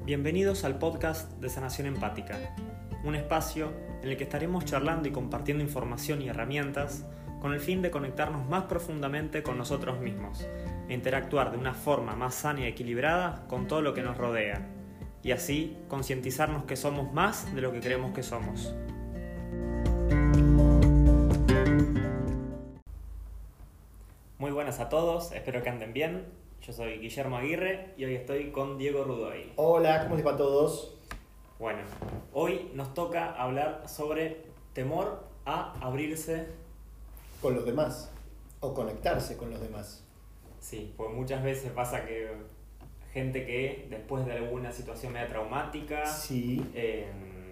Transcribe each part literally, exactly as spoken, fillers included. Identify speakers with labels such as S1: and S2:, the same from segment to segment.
S1: Bienvenidos al podcast de Sanación Empática, un espacio en el que estaremos charlando y compartiendo información y herramientas con el fin de conectarnos más profundamente con nosotros mismos e interactuar de una forma más sana y equilibrada con todo lo que nos rodea, y así concientizarnos que somos más de lo que creemos que somos. Muy buenas a todos, espero que anden bien. Yo soy Guillermo Aguirre y hoy estoy con Diego Rudoy.
S2: Hola, ¿cómo les va a todos?
S1: Bueno, hoy nos toca hablar sobre temor a abrirse.
S2: Con los demás, o conectarse con los demás.
S1: Sí, pues muchas veces pasa que gente que después de alguna situación media traumática,
S2: Sí,
S1: eh,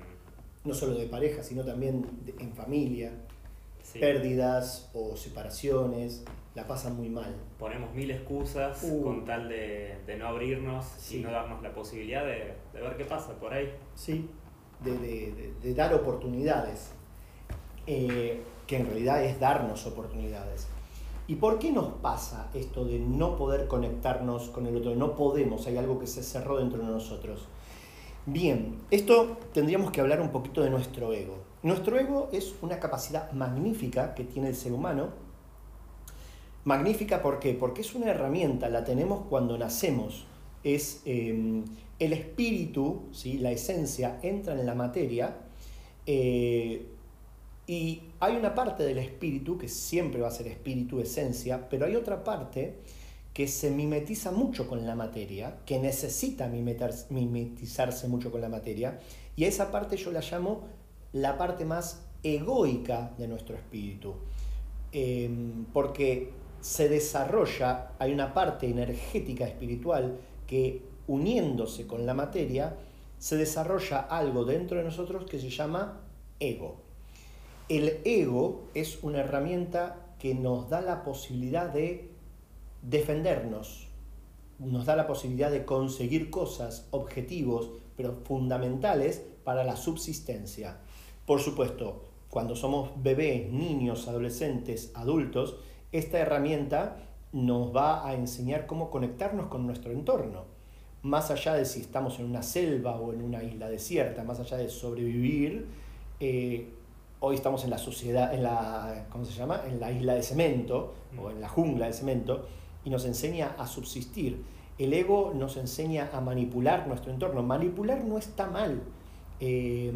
S2: no solo de pareja, sino también de- en familia,
S1: sí,
S2: pérdidas o separaciones, la pasan muy mal.
S1: ponemos mil excusas
S2: Uh.
S1: con tal de, de no abrirnos
S2: Sí.
S1: y no darnos la posibilidad de, de ver qué pasa por ahí.
S2: Sí, de, de- de- de dar oportunidades, eh, que en realidad es darnos oportunidades. ¿Y por qué nos pasa esto de no poder conectarnos con el otro? No podemos, hay algo que se cerró dentro de nosotros. Bien, esto tendríamos que hablar un poquito de nuestro ego. Nuestro ego es una capacidad magnífica que tiene el ser humano. Magnífica, ¿por qué? Porque es una herramienta, la tenemos cuando nacemos. Es eh, el espíritu, ¿sí? La esencia, entra en la materia eh, y hay una parte del espíritu que siempre va a ser espíritu, esencia, pero hay otra parte que se mimetiza mucho con la materia, que necesita mimetar- mimetizarse mucho con la materia, y a esa parte yo la llamo la parte más egoica de nuestro espíritu. Eh, porque se desarrolla, hay una parte energética espiritual que, uniéndose con la materia, se desarrolla algo dentro de nosotros que se llama ego. El ego es una herramienta que nos da la posibilidad de defendernos, nos da la posibilidad de conseguir cosas, objetivos, pero fundamentales para la subsistencia. Por supuesto, cuando somos bebés, niños, adolescentes, adultos, esta herramienta nos va a enseñar cómo conectarnos con nuestro entorno. Más allá de si estamos en una selva o en una isla desierta, más allá de sobrevivir, eh, hoy estamos en la sociedad, en la, ¿cómo se llama? En la isla de cemento o en la jungla de cemento, y nos enseña a subsistir. El ego nos enseña a manipular nuestro entorno. Manipular no está mal. Eh,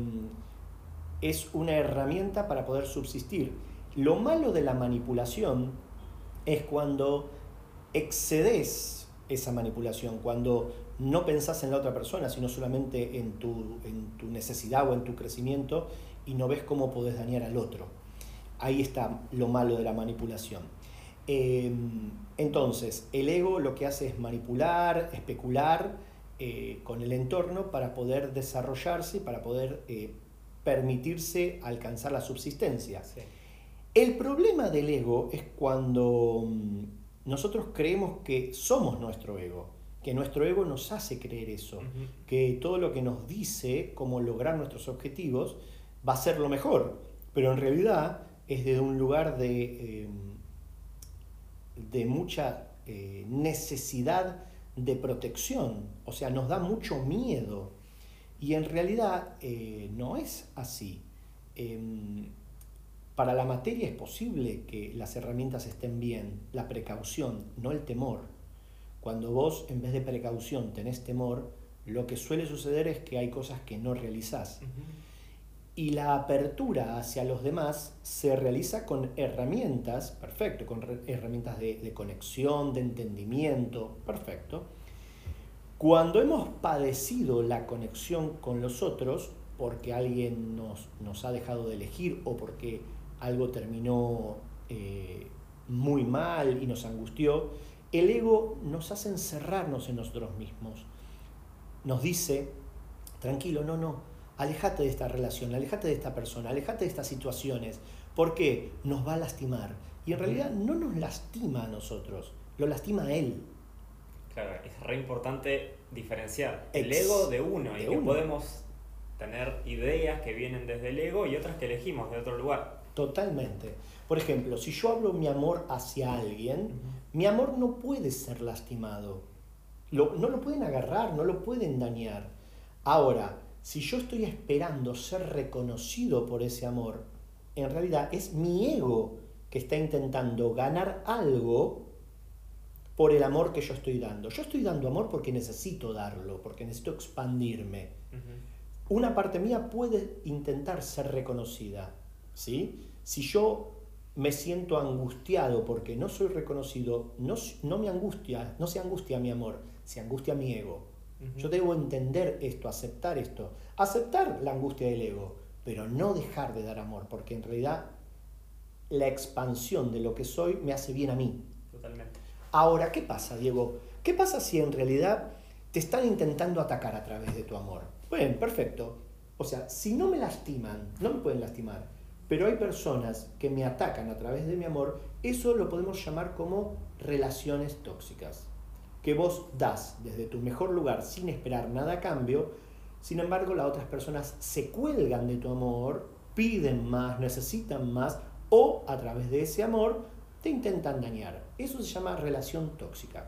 S2: es una herramienta para poder subsistir. Lo malo de la manipulación es cuando excedes esa manipulación, cuando no pensás en la otra persona, sino solamente en tu, en tu necesidad o en tu crecimiento y no ves cómo podés dañar al otro. Ahí está lo malo de la manipulación. Eh, entonces, el ego lo que hace es manipular, especular eh, con el entorno para poder desarrollarse, para poder eh, permitirse alcanzar la subsistencia.
S1: Sí.
S2: El problema del ego es cuando mm, nosotros creemos que somos nuestro ego, que nuestro ego nos hace creer eso,
S1: Uh-huh.
S2: que todo lo que nos dice cómo lograr nuestros objetivos va a ser lo mejor, pero en realidad es de un lugar de, eh, de mucha eh, necesidad de protección, o sea, nos da mucho miedo, y en realidad eh, no es así. Eh, Para la materia es posible que las herramientas estén bien, la precaución, no el temor. Cuando vos en vez de precaución tenés temor, lo que suele suceder es que hay cosas que no realizás.
S1: Uh-huh.
S2: Y la apertura hacia los demás se realiza con herramientas, perfecto, con re- herramientas de, de conexión, de entendimiento, perfecto. Cuando hemos padecido la conexión con los otros, porque alguien nos, nos ha dejado de elegir o porque algo terminó eh, muy mal y nos angustió, el ego nos hace encerrarnos en nosotros mismos. Nos dice, tranquilo, no, no, alejate de esta relación, alejate de esta persona, alejate de estas situaciones. ¿Por qué? Nos va a lastimar. Y en realidad no nos lastima a nosotros, lo lastima a él.
S1: Claro, es re importante diferenciar el
S2: Ex-
S1: ego de uno y
S2: de
S1: que
S2: uno.
S1: podemos tener ideas que vienen desde el ego y otras que elegimos de otro lugar.
S2: Totalmente. Por ejemplo, si yo hablo mi amor hacia alguien,
S1: Uh-huh.
S2: mi amor no puede ser lastimado. Lo, no lo pueden agarrar, no lo pueden dañar. Ahora, si yo estoy esperando ser reconocido por ese amor, en realidad es mi ego que está intentando ganar algo por el amor que yo estoy dando. Yo estoy dando amor porque necesito darlo, porque necesito expandirme. Uh-huh. Una parte mía puede intentar ser reconocida, ¿sí? Si yo me siento angustiado porque no soy reconocido, no, no me angustia, no se angustia mi amor, se angustia mi ego. Uh-huh. Yo debo entender esto, aceptar esto, aceptar la angustia del ego, pero no dejar de dar amor, porque en realidad la expansión de lo que soy me hace bien a mí.
S1: Totalmente.
S2: Ahora, ¿qué pasa, Diego? ¿Qué pasa si en realidad te están intentando atacar a través de tu amor? Bueno, perfecto. O sea, si no me lastiman, no me pueden lastimar, pero hay personas que me atacan a través de mi amor, eso lo podemos llamar como relaciones tóxicas. Que vos das desde tu mejor lugar sin esperar nada a cambio, sin embargo las otras personas se cuelgan de tu amor, piden más, necesitan más, o a través de ese amor te intentan dañar. Eso se llama relación tóxica.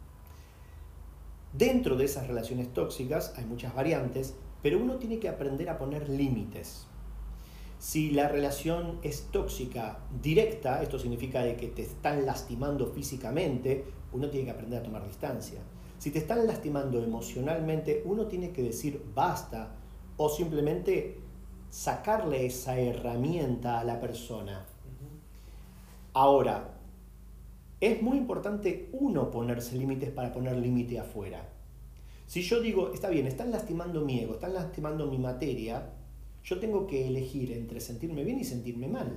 S2: Dentro de esas relaciones tóxicas hay muchas variantes, pero uno tiene que aprender a poner límites. Si la relación es tóxica directa, esto significa de que te están lastimando físicamente, uno tiene que aprender a tomar distancia. Si te están lastimando emocionalmente, uno tiene que decir basta o simplemente sacarle esa herramienta a la persona. Ahora, es muy importante uno ponerse límites para poner límite afuera. Si yo digo, está bien, están lastimando mi ego, están lastimando mi materia, yo tengo que elegir entre sentirme bien y sentirme mal.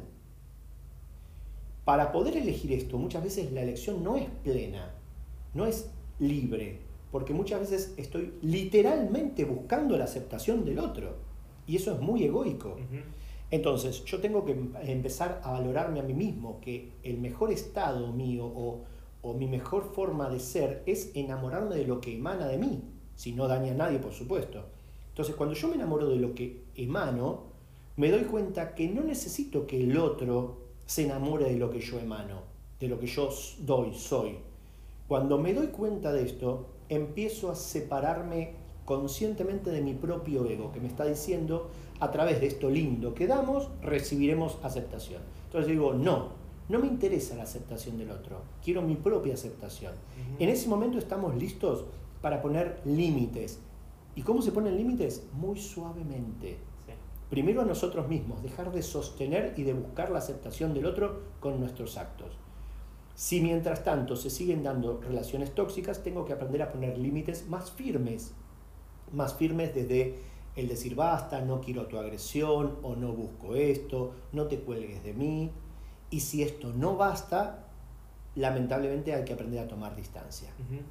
S2: Para poder elegir esto, muchas veces la elección no es plena, no es libre, porque muchas veces estoy literalmente buscando la aceptación del otro, y eso es muy egoico. Uh-huh. Entonces, yo tengo que empezar a valorarme a mí mismo, que el mejor estado mío o, o mi mejor forma de ser es enamorarme de lo que emana de mí, si no daña a nadie, por supuesto. Entonces, cuando yo me enamoro de lo que emano, me doy cuenta que no necesito que el otro se enamore de lo que yo emano, de lo que yo doy, soy. Cuando me doy cuenta de esto, empiezo a separarme conscientemente de mi propio ego, que me está diciendo, a través de esto lindo que damos, recibiremos aceptación. Entonces digo, no, no me interesa la aceptación del otro, quiero mi propia aceptación. Uh-huh. En ese momento estamos listos para poner límites. ¿Y cómo se ponen límites? Muy suavemente. Sí. Primero a nosotros mismos, dejar de sostener y de buscar la aceptación del otro con nuestros actos. Si mientras tanto se siguen dando relaciones tóxicas, tengo que aprender a poner límites más firmes. Más firmes desde el decir basta, no quiero tu agresión o no busco esto, no te cuelgues de mí. Y si esto no basta, lamentablemente hay que aprender a tomar distancia. Uh-huh.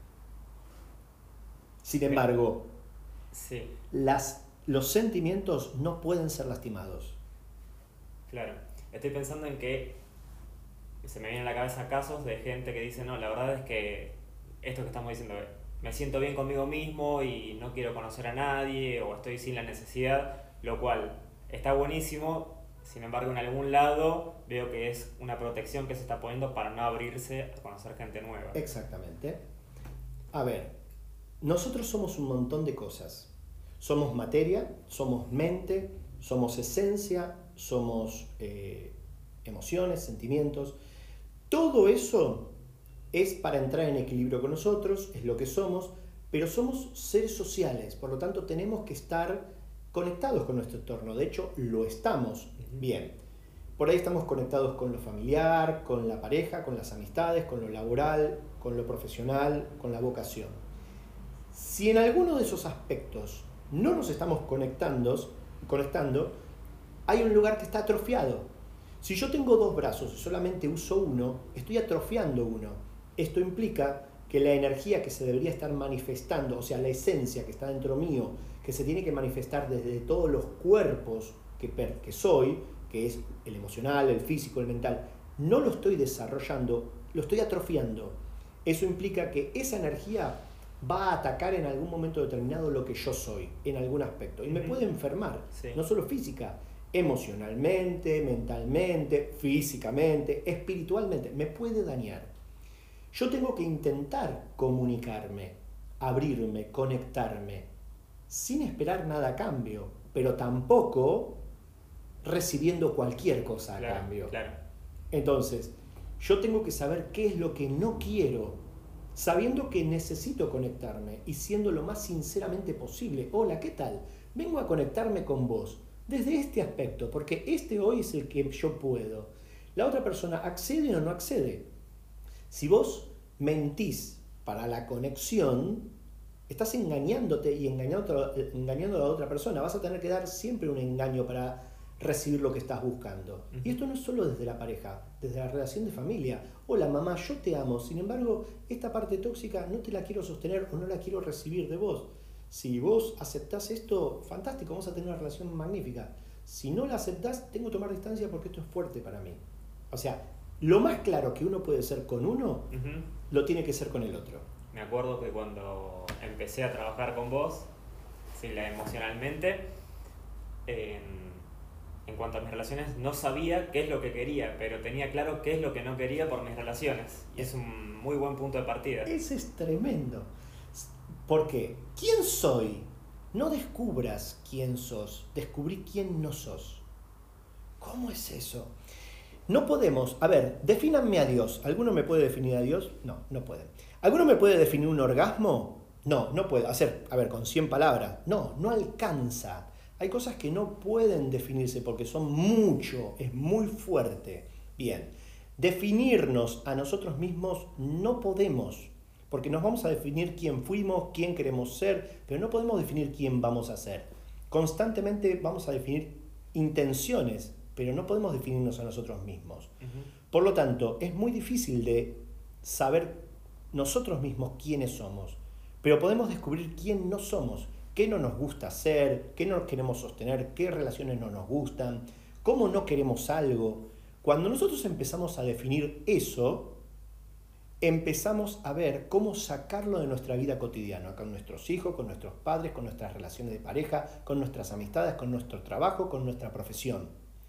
S2: Sin embargo,
S1: sí.
S2: las, los sentimientos no pueden ser lastimados.
S1: Claro, estoy pensando en que se me vienen a la cabeza casos de gente que dice, no, la verdad es que esto que estamos diciendo, me siento bien conmigo mismo y no quiero conocer a nadie o estoy sin la necesidad, lo cual está buenísimo, sin embargo en algún lado veo que es una protección que se está poniendo para no abrirse a conocer gente nueva.
S2: Exactamente. A ver, nosotros somos un montón de cosas. Somos materia, somos mente, somos esencia, somos eh, emociones, sentimientos. Todo eso es para entrar en equilibrio con nosotros, es lo que somos, pero somos seres sociales, por lo tanto tenemos que estar conectados con nuestro entorno. De hecho, lo estamos. Bien. Por ahí estamos conectados con lo familiar, con la pareja, con las amistades, con lo laboral, con lo profesional, con la vocación. Si en alguno de esos aspectos no nos estamos conectando, conectando, hay un lugar que está atrofiado. Si yo tengo dos brazos y solamente uso uno, estoy atrofiando uno. Esto implica que la energía que se debería estar manifestando, o sea, la esencia que está dentro mío, que se tiene que manifestar desde todos los cuerpos que, per, que soy, que es el emocional, el físico, el mental, no lo estoy desarrollando, lo estoy atrofiando. Eso implica que esa energía va a atacar en algún momento determinado lo que yo soy, en algún aspecto. Y me puede enfermar, sí. No solo física, emocionalmente, mentalmente, físicamente, espiritualmente, me puede dañar. Yo tengo que intentar comunicarme, abrirme, conectarme. sin esperar nada a cambio, pero tampoco recibiendo cualquier cosa a
S1: claro,
S2: cambio.
S1: Claro.
S2: Entonces, yo tengo que saber qué es lo que no quiero, sabiendo que necesito conectarme y siendo lo más sinceramente posible. Hola, ¿qué tal? Vengo a conectarme con vos desde este aspecto, porque este hoy es el que yo puedo. La otra persona accede o no accede. Si vos mentís para la conexión, estás engañándote y engañando, engañando a la otra persona. Vas a tener que dar siempre un engaño para recibir lo que estás buscando. Uh-huh. Y esto no es solo desde la pareja, desde la relación de familia. Hola mamá, yo te amo, sin embargo, esta parte tóxica no te la quiero sostener o no la quiero recibir de vos. Si vos aceptás esto, fantástico, vamos a tener una relación magnífica. Si no la aceptás, tengo que tomar distancia porque esto es fuerte para mí. O sea, lo más claro que uno puede ser con uno, uh-huh, lo tiene que ser con el otro.
S1: Me acuerdo que cuando empecé a trabajar con vos, sí, emocionalmente, en, en cuanto a mis relaciones, no sabía qué es lo que quería, pero tenía claro qué es lo que no quería por mis relaciones. Y es un muy buen punto de partida.
S2: Ese es tremendo. Porque, ¿quién soy? No descubras quién sos, descubrí quién no sos. ¿Cómo es eso? No podemos, a ver, defínanme a Dios. ¿Alguno me puede definir a Dios? No, no pueden. ¿Alguno me puede definir un orgasmo? No, no puede. Hacer, a ver, con cien palabras. No, no alcanza. Hay cosas que no pueden definirse porque son mucho, es muy fuerte. Bien, definirnos a nosotros mismos no podemos, porque nos vamos a definir quién fuimos, quién queremos ser, pero no podemos definir quién vamos a ser. Constantemente vamos a definir intenciones, pero no podemos definirnos a nosotros mismos. Uh-huh. Por lo tanto, es muy difícil de saber nosotros mismos quiénes somos, pero podemos descubrir quién no somos, qué no nos gusta hacer, qué no queremos sostener, qué relaciones no nos gustan, cómo no queremos algo. Cuando nosotros empezamos a definir eso, empezamos a ver cómo sacarlo de nuestra vida cotidiana, con nuestros hijos, con nuestros padres, con nuestras relaciones de pareja, con nuestras amistades, con nuestro trabajo, con nuestra profesión.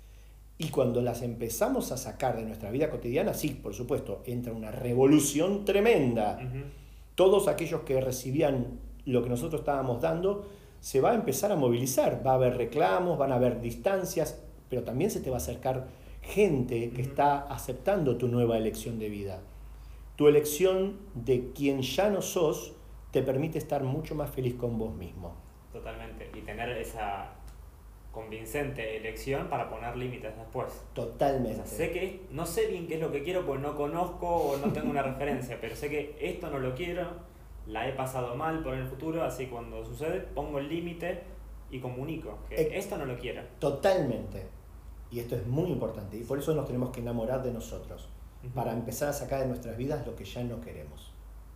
S2: Y cuando las empezamos a sacar de nuestra vida cotidiana, sí, por supuesto, entra una revolución tremenda. Uh-huh. Todos aquellos que recibían lo que nosotros estábamos dando, se va a empezar a movilizar. Va a haber reclamos, van a haber distancias, pero también se te va a acercar gente que uh-huh. está aceptando tu nueva elección de vida. Tu elección de quien ya no sos te permite estar mucho más feliz con vos mismo.
S1: Totalmente. Y tener esa convincente elección para poner límites después.
S2: Totalmente.
S1: O sea, sé que no sé bien qué es lo que quiero porque no conozco o no tengo una referencia, pero sé que esto no lo quiero, la he pasado mal por el futuro, así cuando sucede pongo el límite y comunico que eh, esto no lo quiero.
S2: Totalmente. Y esto es muy importante y por eso nos tenemos que enamorar de nosotros. Para empezar a sacar de nuestras vidas lo que ya no queremos.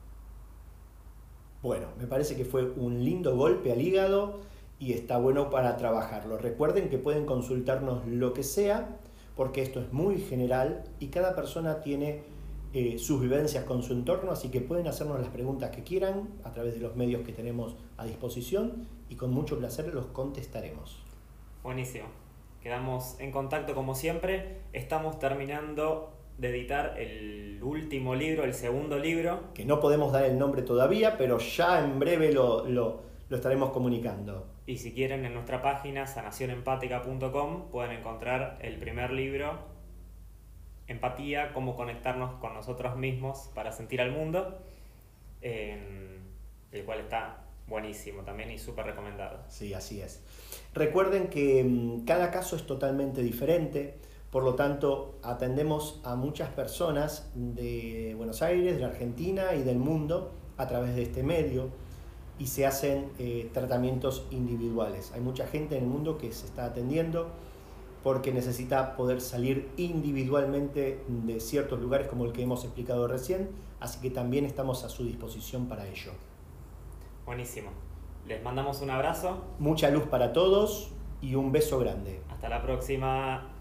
S2: Bueno, me parece que fue un lindo golpe al hígado y está bueno para trabajarlo. Recuerden que pueden consultarnos lo que sea, porque esto es muy general y cada persona tiene eh, sus vivencias con su entorno, así que pueden hacernos las preguntas que quieran a través de los medios que tenemos a disposición y con mucho placer los contestaremos.
S1: Buenísimo. Quedamos en contacto como siempre. Estamos terminando de editar el último libro, el segundo libro.
S2: Que no podemos dar el nombre todavía, pero ya en breve lo, lo, lo estaremos comunicando.
S1: Y si quieren, en nuestra página sanación empática punto com pueden encontrar el primer libro, Empatía, cómo conectarnos con nosotros mismos para sentir al mundo, eh, el cual está buenísimo también y súper recomendado.
S2: Sí, así es. Recuerden que um, cada caso es totalmente diferente. Por lo tanto, atendemos a muchas personas de Buenos Aires, de la Argentina y del mundo a través de este medio y se hacen eh, tratamientos individuales. Hay mucha gente en el mundo que se está atendiendo porque necesita poder salir individualmente de ciertos lugares como el que hemos explicado recién, así que también estamos a su disposición para ello.
S1: Buenísimo. Les mandamos un abrazo.
S2: Mucha luz para todos y un beso grande.
S1: Hasta la próxima.